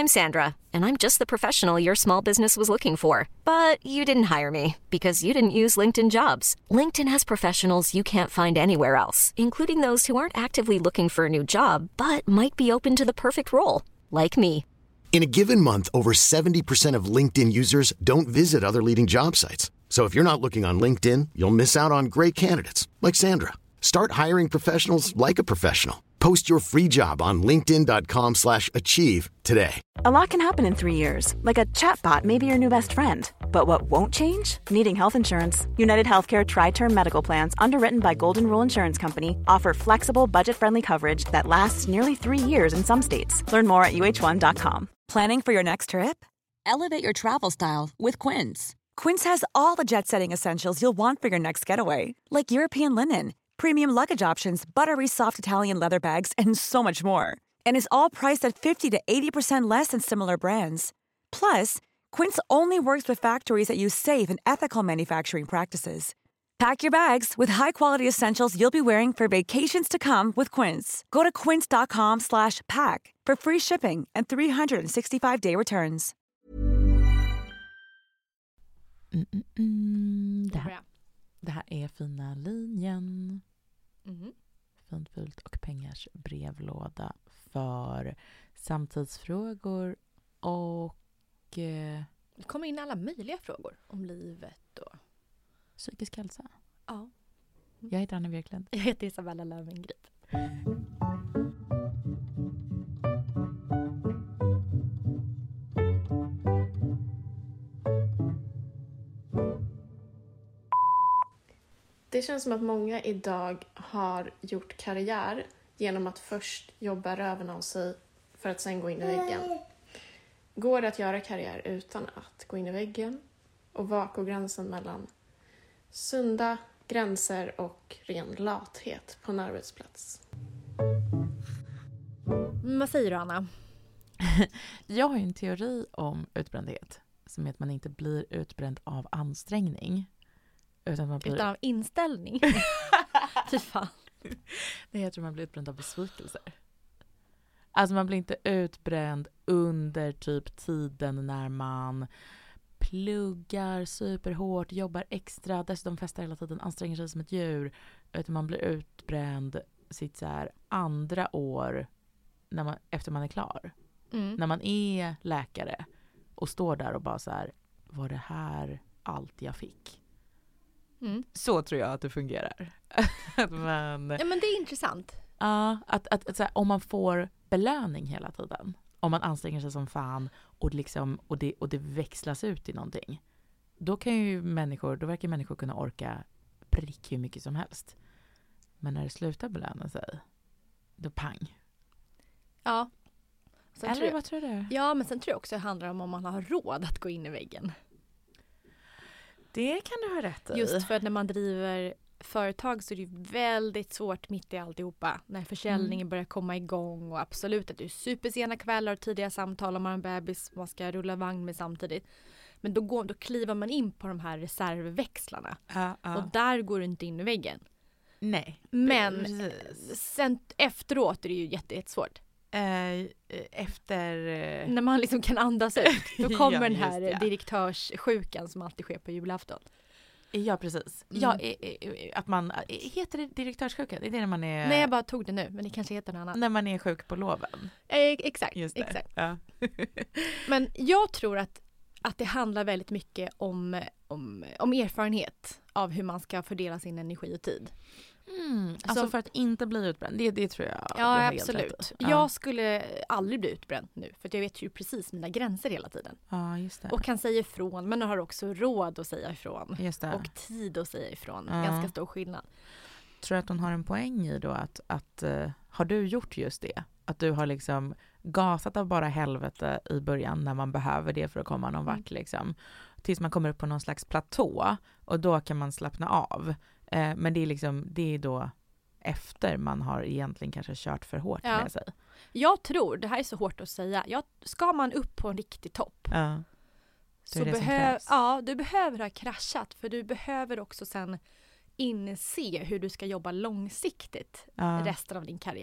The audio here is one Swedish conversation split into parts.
I'm Sandra, and I'm just the professional your small business was looking for. But you didn't hire me because you didn't use LinkedIn Jobs. LinkedIn has professionals you can't find anywhere else, including those who aren't actively looking for a new job, but might be open to the perfect role, like me. In a given month, over 70% of LinkedIn users don't visit other leading job sites. So if you're not looking on LinkedIn, you'll miss out on great candidates like Sandra. Start hiring professionals like a professional. Post your free job on linkedin.com/achieve today. A lot can happen in 3 years, like a chatbot may be your new best friend. But what won't change? Needing health insurance. United Healthcare Tri-Term Medical Plans, underwritten by Golden Rule Insurance Company, offer flexible, budget-friendly coverage that lasts nearly 3 years in some states. Learn more at uh1.com. Planning for your next trip? Elevate your travel style with Quince. Quince has all the jet-setting essentials you'll want for your next getaway, like European linen, premium luggage options, buttery soft Italian leather bags, and so much more. And is all priced at 50 to 80% less than similar brands. Plus, Quince only works with factories that use safe and ethical manufacturing practices. Pack your bags with high-quality essentials you'll be wearing for vacations to come with Quince. Go to quince.com/pack for free shipping and 365-day returns. Det här är Fina linjen. Fint, fult och pengars brevlåda för samtidsfrågor och det kommer in alla möjliga frågor om livet och psykisk hälsa. Ja. Jag heter Anna Björklund. Jag heter Isabella Löwengrip. Det känns som att många idag har gjort karriär genom att först jobba röven av sig för att sen gå in i väggen. Går det att göra karriär utan att gå in i väggen? Och var går gränsen mellan sunda gränser och ren lathet på en arbetsplats? Vad säger du, Anna? Jag har ju en teori om utbrändhet som är att man inte blir utbränd av ansträngning. Utan av inställning. Fy fan. Nej, jag tror man blir utbränd av besvikelser. Alltså man blir inte utbränd under typ tiden när man pluggar superhårt, jobbar extra, dessutom festar hela tiden, anstränger sig som ett djur. Utan man blir utbränd sitt så här andra år efter man är klar. När man är läkare och står där och bara så här, var det här allt jag fick? Så tror jag att det fungerar. Men det är intressant. Ja, att så här, om man får belöning hela tiden, om man anstränger sig som fan och det växlas ut i någonting, då verkar människor kunna orka prick hur mycket som helst. Men när det slutar belöna sig, då pang. Ja. Eller vad tror du? Ja, men sen tror jag också det handlar om man har råd att gå in i väggen. Det kan du ha rätt i. Just för att när man driver företag så är det ju väldigt svårt mitt i alltihopa. När försäljningen börjar komma igång och absolut att det är supersena kvällar och tidiga samtal om man har en bebis man ska rulla vagn med samtidigt. Men då kliver man in på de här reservväxlarna. Och där går du inte in i väggen. Nej. Men sen efteråt är det ju jättesvårt. När man liksom kan andas ut. Då kommer den här direktörssjukan som alltid sker på julafton. Ja, precis. Ja, att man heter det direktörssjuka? Det är det när man är... Nej, jag bara tog det nu, men det kanske heter något annat. När man är sjuk på loven. Exakt. Exakt. Ja. Men jag tror att det handlar väldigt mycket om erfarenhet av hur man ska fördela sin energi och tid. Alltså för att inte bli utbränd, det tror jag. Ja, absolut. Jag skulle aldrig bli utbränd nu, för att jag vet ju precis mina gränser hela tiden. Ja, just det. Och kan säga ifrån, men har också råd att säga ifrån. Just det. Och tid att säga ifrån. Ganska stor skillnad. Tror du att hon har en poäng i då att har du gjort just det? Att du har liksom gasat av bara helvete i början när man behöver det för att komma någon vart liksom. Tills man kommer upp på någon slags platå och då kan man slappna av. Men det är då efter man har egentligen kanske kört för hårt med sig. Jag tror, det här är så hårt att säga, ska man upp på en riktig topp så du behöver ha kraschat, för du behöver också sen inse hur du ska jobba långsiktigt resten av din karriär.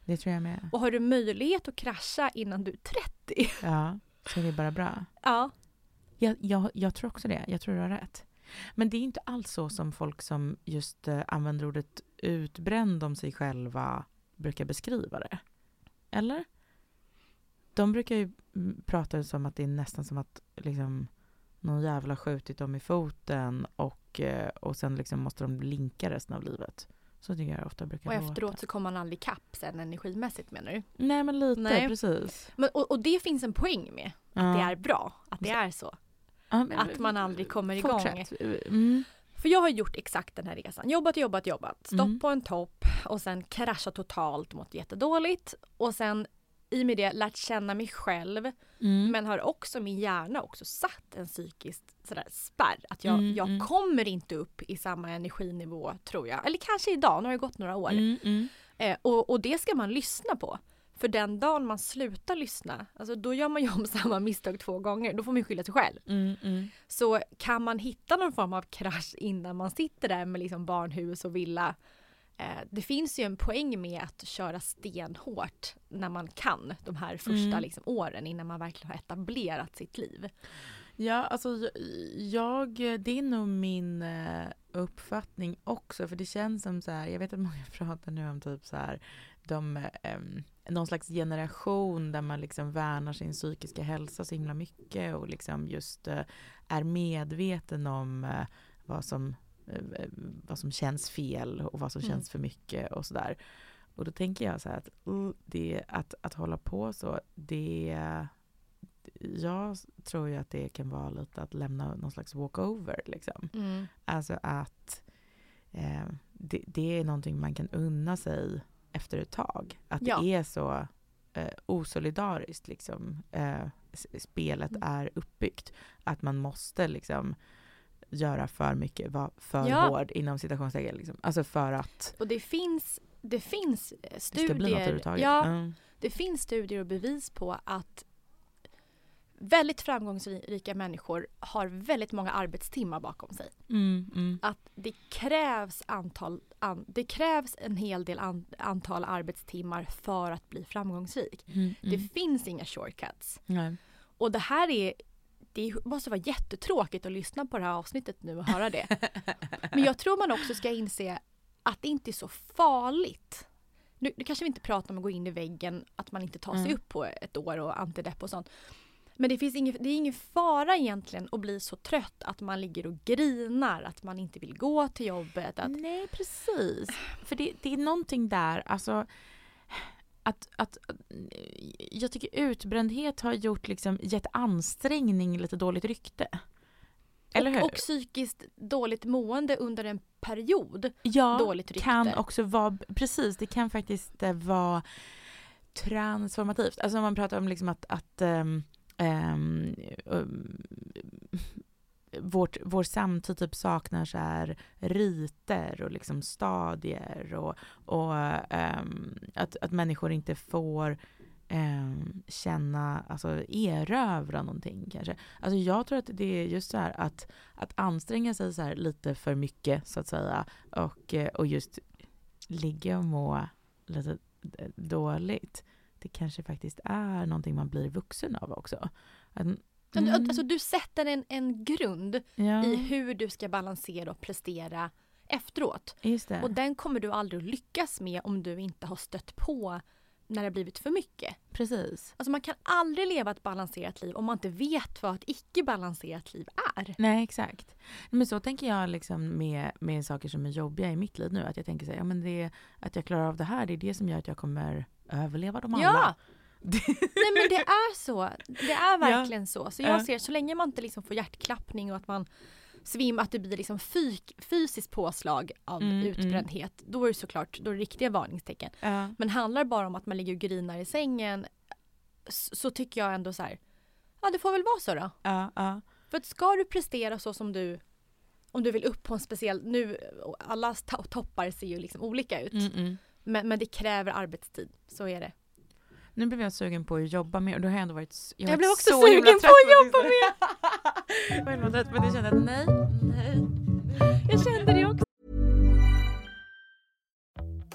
Det tror jag med. Och har du möjlighet att krascha innan du är 30? Ja, så är det bara bra. Ja. Jag tror också det. Jag tror du har rätt. Men det är inte alls så som folk som just använder ordet utbränd om sig själva brukar beskriva det. Eller? De brukar ju prata som att det är nästan som att liksom, någon jävla skjutit dem i foten och sen liksom måste de linka resten av livet. Så tycker jag ofta brukar Och låta. efteråt så kommer man aldrig kapp sen energimässigt, menar du? Nej, men lite, precis. Men, och det finns en poäng med att det är bra, att det är så. Att man aldrig kommer igång. För jag har gjort exakt den här resan. Jobbat. Stopp på en topp och sen krascha totalt, mått jättedåligt. Och sen i med det lärt känna mig själv. Men har också min hjärna också satt en psykisk sådär spärr. Att jag kommer inte upp i samma energinivå, tror jag. Eller kanske idag, nu har det gått några år. Och det ska man lyssna på. För den dagen man slutar lyssna, alltså då gör man ju om samma misstag 2 gånger. Då får man skylla sig själv. Så kan man hitta någon form av krasch innan man sitter där med liksom barnhus och villa. Det finns ju en poäng med att köra stenhårt när man kan de här första liksom, åren innan man verkligen har etablerat sitt liv. Ja, alltså det är nog min uppfattning också. För det känns som så här, jag vet att många pratar nu om typ så här, någon slags generation där man liksom värnar sin psykiska hälsa så himla mycket och liksom just är medveten om vad som känns fel och vad som känns för mycket och sådär. Och då tänker jag så här att hålla på så, jag tror ju att det kan vara lite att lämna någon slags walkover liksom. Alltså att det är någonting man kan unna sig efter ett tag. Att det är så osolidariskt liksom, spelet är uppbyggt. Att man måste liksom göra för mycket, vara för hård inom citationstecken liksom. Alltså för att och det finns studier. Det ska bli något överhuvudtaget. Det finns studier och bevis på att väldigt framgångsrika människor har väldigt många arbetstimmar bakom sig. Att det krävs en hel del antal arbetstimmar för att bli framgångsrik. Det finns inga shortcuts. Nej. Och det måste vara jättetråkigt att lyssna på det här avsnittet nu och höra det. Men jag tror man också ska inse att det inte är så farligt. Nu kanske vi inte pratar om att gå in i väggen, att man inte tar sig upp på ett år och antidepp och sånt. Men det är ingen fara egentligen att bli så trött att man ligger och grinar, att man inte vill gå till jobbet. Nej, precis. För det är någonting där, alltså att jag tycker utbrändhet har gett ansträngning lite dåligt rykte. Eller hur? Och psykiskt dåligt mående under en period. Dåligt rykte. Kan också vara, precis, det kan faktiskt vara transformativt. Alltså om man pratar om liksom att vår samtid typ saknar så här riter och liksom stadier och att människor inte får känna, alltså erövra någonting kanske. Alltså jag tror att det är just så här att anstränga sig så här lite för mycket så att säga och just ligga och må lite dåligt. Det kanske faktiskt är någonting man blir vuxen av också. Alltså du sätter en grund i hur du ska balansera och prestera efteråt. Just det. Och den kommer du aldrig att lyckas med om du inte har stött på när det har blivit för mycket. Precis. Alltså man kan aldrig leva ett balanserat liv om man inte vet vad ett icke-balanserat liv är. Nej, exakt. Men så tänker jag liksom med saker som är jobbiga i mitt liv nu. Att jag tänker så här, men det att jag klarar av det här, det är det som gör att jag kommer överleva dem alla. Ja! Nej, men det är så. Det är verkligen så. Så jag ser, så länge man inte liksom får hjärtklappning och att man svimmar, att det blir liksom fysiskt påslag av utbrändhet, då är det såklart då är det riktiga varningstecken. Men handlar det bara om att man ligger och grinar i sängen, så tycker jag ändå så här, ja, det får väl vara så då. För att ska du prestera så som du, om du vill upp på en speciell, nu alla toppar ser ju liksom olika ut. Men det kräver arbetstid, så är det. Nu blev jag sugen på att jobba med, och då har jag ändå varit jag blev också sugen på att jobba med. Jag var himla trött, men jag kände att nej. Jag kände det också.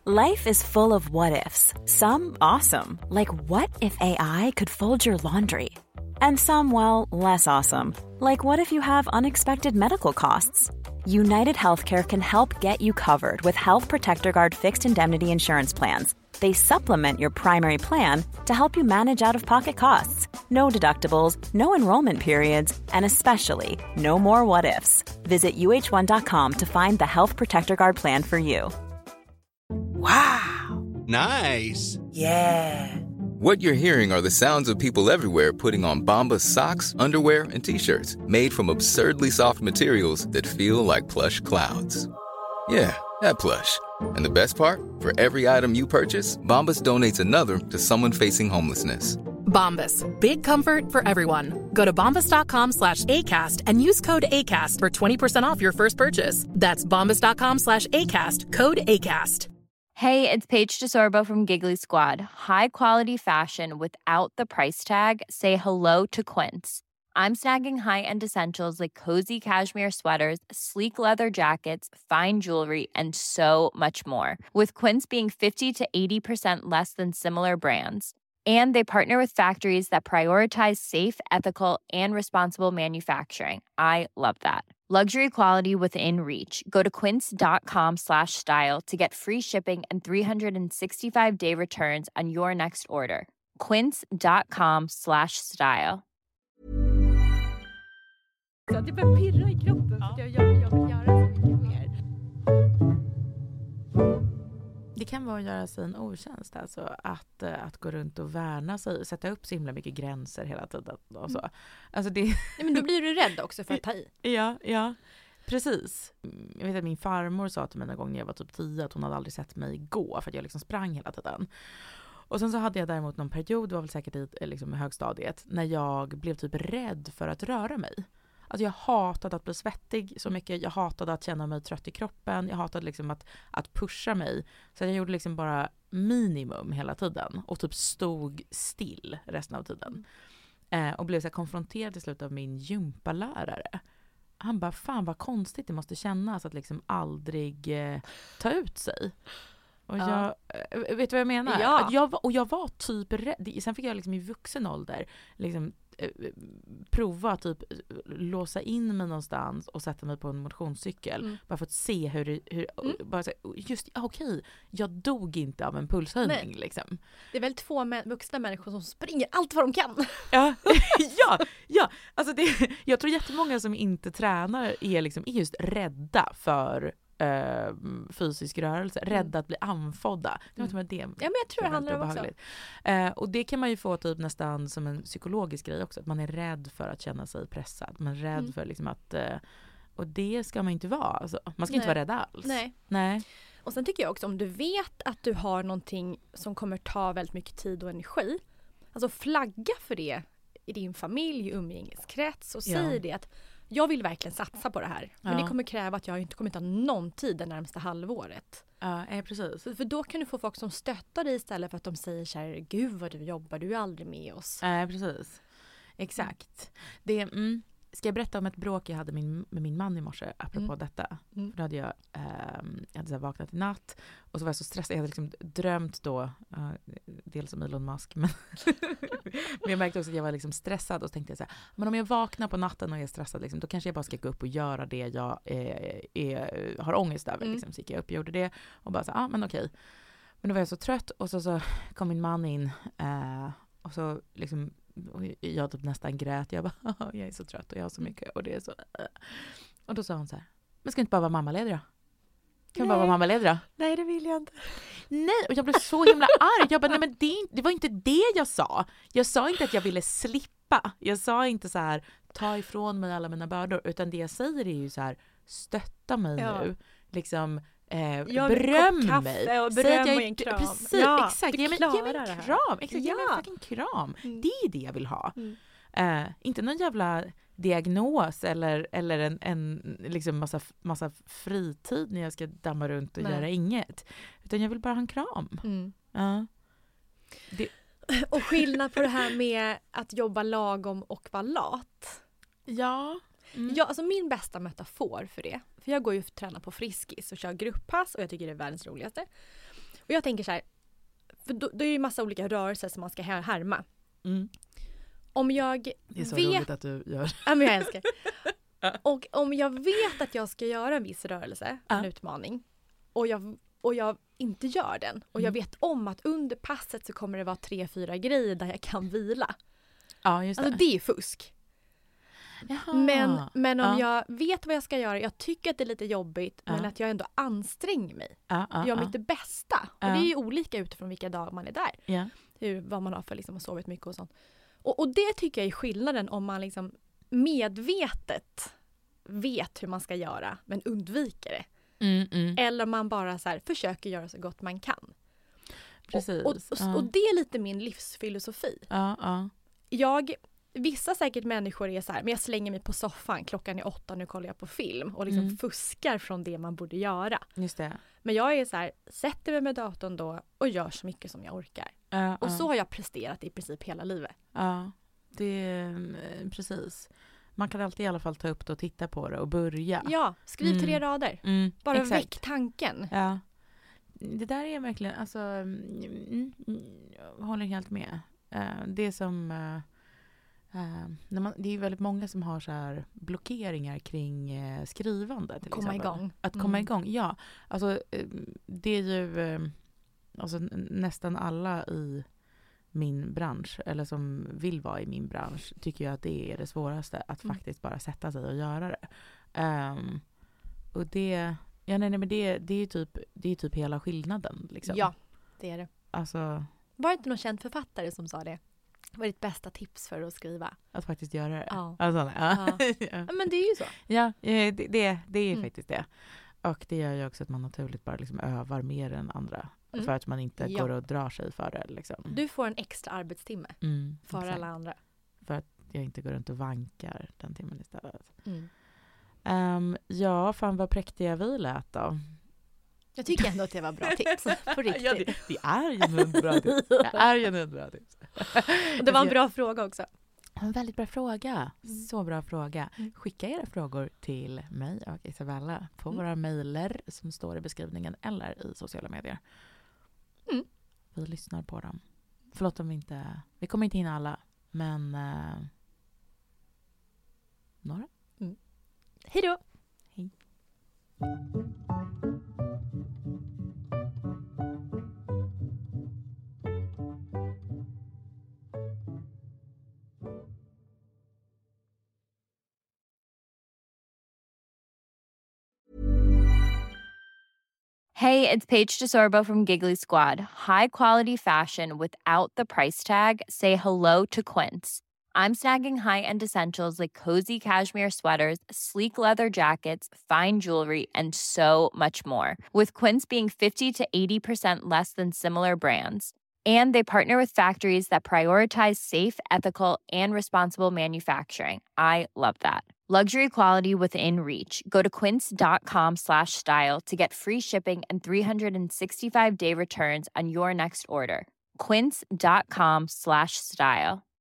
Life is full of what-ifs. Some awesome, like what if AI could fold your laundry? And some, well, less awesome, like what if you have unexpected medical costs? United Healthcare can help get you covered with Health Protector Guard fixed indemnity insurance plans. They supplement your primary plan to help you manage out-of-pocket costs. No deductibles, no enrollment periods, and especially no more what-ifs. Visit uh1.com to find the Health Protector Guard plan for you. Wow. Nice. Yeah. What you're hearing are the sounds of people everywhere putting on Bombas socks, underwear, and T-shirts made from absurdly soft materials that feel like plush clouds. Yeah, that plush. And the best part? For every item you purchase, Bombas donates another to someone facing homelessness. Bombas. Big comfort for everyone. Go to bombas.com/ACAST and use code ACAST for 20% off your first purchase. That's bombas.com/ACAST. Code ACAST. Hey, it's Paige DeSorbo from Giggly Squad. High quality fashion without the price tag. Say hello to Quince. I'm snagging high-end essentials like cozy cashmere sweaters, sleek leather jackets, fine jewelry, and so much more. With Quince being 50 to 80% less than similar brands. And they partner with factories that prioritize safe, ethical, and responsible manufacturing. I love that. Luxury quality within reach. Go to quince.com/style to get free shipping and 365-day returns on your next order. Quince.com/style. Så det börjar pirra i kroppen för jag vill göra så mycket mer. Det kan vara att göra sig en otjänst, alltså att gå runt och värna sig, sätta upp så himla mycket gränser hela tiden och så. Alltså det... Nej, men då blir du rädd också för att ta i. Ja, precis. Jag vet att min farmor sa till mig någon gång när jag var typ 10 att hon hade aldrig sett mig gå för att jag liksom sprang hela tiden. Och sen så hade jag däremot någon period, det var väl säkert i liksom högstadiet, när jag blev typ rädd för att röra mig. Alltså jag hatade att bli svettig så mycket. Jag hatade att känna mig trött i kroppen. Jag hatade liksom att pusha mig. Så jag gjorde liksom bara minimum hela tiden. Och typ stod still resten av tiden. Och blev så här konfronterad till slut av min gympalärare. Han bara, fan vad konstigt det måste kännas att liksom aldrig ta ut sig. Och jag vet du vad jag menar? Ja. Jag var typ rädd. Sen fick jag liksom i vuxen ålder liksom prova att typ låsa in mig någonstans och sätta mig på en motionscykel bara för att se hur bara så, just okej, jag dog inte av en pulshöjning. Nej. Liksom. Det är väl 2 vuxna människor som springer allt vad de kan. Ja, alltså jag tror jättemånga som inte tränar är just rädda för fysisk rörelse, rädda att bli anfodda. Det var det. Ja, men jag tror det handlar om också. Och det kan man ju få typ nästan som en psykologisk grej också, att man är rädd för att känna sig pressad. Man är rädd för liksom att och det ska man inte vara. Alltså, man ska inte vara rädd alls. Nej. Och sen tycker jag också, om du vet att du har någonting som kommer ta väldigt mycket tid och energi, alltså flagga för det i din familj, umgängeskrets och säg det att jag vill verkligen satsa på det här. Men det kommer kräva att jag inte kommer ta någon tid det närmaste halvåret. Ja, precis. För då kan du få folk som stöttar dig istället för att de säger så här, gud vad du jobbar, du är aldrig med oss. Ja, precis. Exakt. Ska jag berätta om ett bråk jag hade med min man i morse apropå detta? För då hade jag hade så vaknat i natt och så var jag så stressad. Jag hade liksom drömt då, dels om Elon Musk, men jag märkte också att jag var liksom stressad och så tänkte jag så här, men om jag vaknar på natten och är stressad liksom, då kanske jag bara ska gå upp och göra det jag har ångest över. Liksom. Så gick jag upp och gjorde det och bara så men okej. Men då var jag så trött och så kom min man in och så liksom och jag typ nästan grät. Jag bara, jag är så trött och jag har så mycket och det är så. Och då sa hon så här, men ska inte bara vara mammaledig då? Kan bara vara mammaledig då? Nej, det vill jag inte. Nej, och jag blev så himla arg. Jag bara, nej men det var inte det jag sa. Jag sa inte att jag ville slippa. Jag sa inte så här, ta ifrån mig alla mina bördor. Utan det jag säger är ju så här, stötta mig nu. Liksom beröm mig. Och beröm och en kram. Precis, exakt. Ge mig en kram. Exakt, ge mig en fucking kram. Det är det jag vill ha. Inte någon jävla diagnos eller en liksom massa fritid när jag ska damma runt och göra inget. Utan jag vill bara ha en kram. Och skillnad på det här med att jobba lagom och vara lat. Ja. Ja, alltså min bästa metafor för det. För jag går ju och tränar på Friskis och kör grupppass och jag tycker det är världens roligaste. Och jag tänker så här, för då är det ju massa olika rörelser som man ska härma. Om jag Det är så vet... roligt att du gör. Ja, men jag älskar. Och om jag vet att jag ska göra en viss rörelse, en utmaning, och jag inte gör den, och jag vet om att under passet så kommer det vara 3-4 grejer där jag kan vila. Ja, just det. Alltså det är fusk. Jaha. Men om jag vet vad jag ska göra, jag tycker att det är lite jobbigt, men att jag ändå anstränger mig. Gör mitt bästa. Och det är ju olika utifrån vilka dagar man är där. Vad man har för liksom, sovit mycket och sånt. Och det tycker jag är skillnaden om man liksom medvetet vet hur man ska göra men undviker det. Eller om man bara så här, försöker göra så gott man kan. Precis. Och det är lite min livsfilosofi. Vissa säkert människor är så här, men jag slänger mig på soffan, klockan är 8, nu kollar jag på film och liksom fuskar från det man borde göra. Just det. Men jag är så här, sätter mig med datorn då och gör så mycket som jag orkar. Och så har jag presterat i princip hela livet. Ja, det är precis. Man kan alltid i alla fall ta upp det och titta på det och börja. Ja, skriv 3 rader. Bara exakt. väck tanken. Ja. Det där är verkligen, alltså, jag håller helt med. Det som, det är väldigt många som har så här blockeringar kring skrivande. Till komma exempel. igång. Att komma igång, ja. Alltså, det är ju alltså, nästan alla i min bransch, eller som vill vara i min bransch, tycker jag att det är det svåraste, att faktiskt bara sätta sig och göra det. Och det, men det är typ hela skillnaden. Liksom. Ja, det är det. Alltså, var det inte någon känd författare som sa det? Vad är ditt bästa tips för att skriva? Att faktiskt göra det. Ja. Alltså, Ja, men det är ju så. Ja, det är faktiskt det. Och det gör ju också att man naturligt bara liksom övar mer än andra. För att man inte går och drar sig för det. Liksom. Du får en extra arbetstimme för exakt. alla andra. För att jag inte går runt och vankar den timmen istället. Ja, fan vad präktiga vi lät då. Jag tycker ändå att det var bra tips. På riktigt. Ja, det är ju en bra tips. Det är ju en bra tips. Och det var en bra fråga också. En väldigt bra fråga. Så bra fråga. Skicka era frågor till mig och Isabella på våra mejler som står i beskrivningen eller i sociala medier. Vi lyssnar på dem. Förlåt om vi kommer inte hinna alla, men några. Hej då! Hej. Hey, it's Paige DeSorbo from Giggly Squad. High quality fashion without the price tag. Say hello to Quince. I'm snagging high-end essentials like cozy cashmere sweaters, sleek leather jackets, fine jewelry, and so much more. With Quince being 50 to 80% less than similar brands. And they partner with factories that prioritize safe, ethical, and responsible manufacturing. I love that. Luxury quality within reach. Go to quince.com/style to get free shipping and 365-day returns on your next order. Quince.com/style.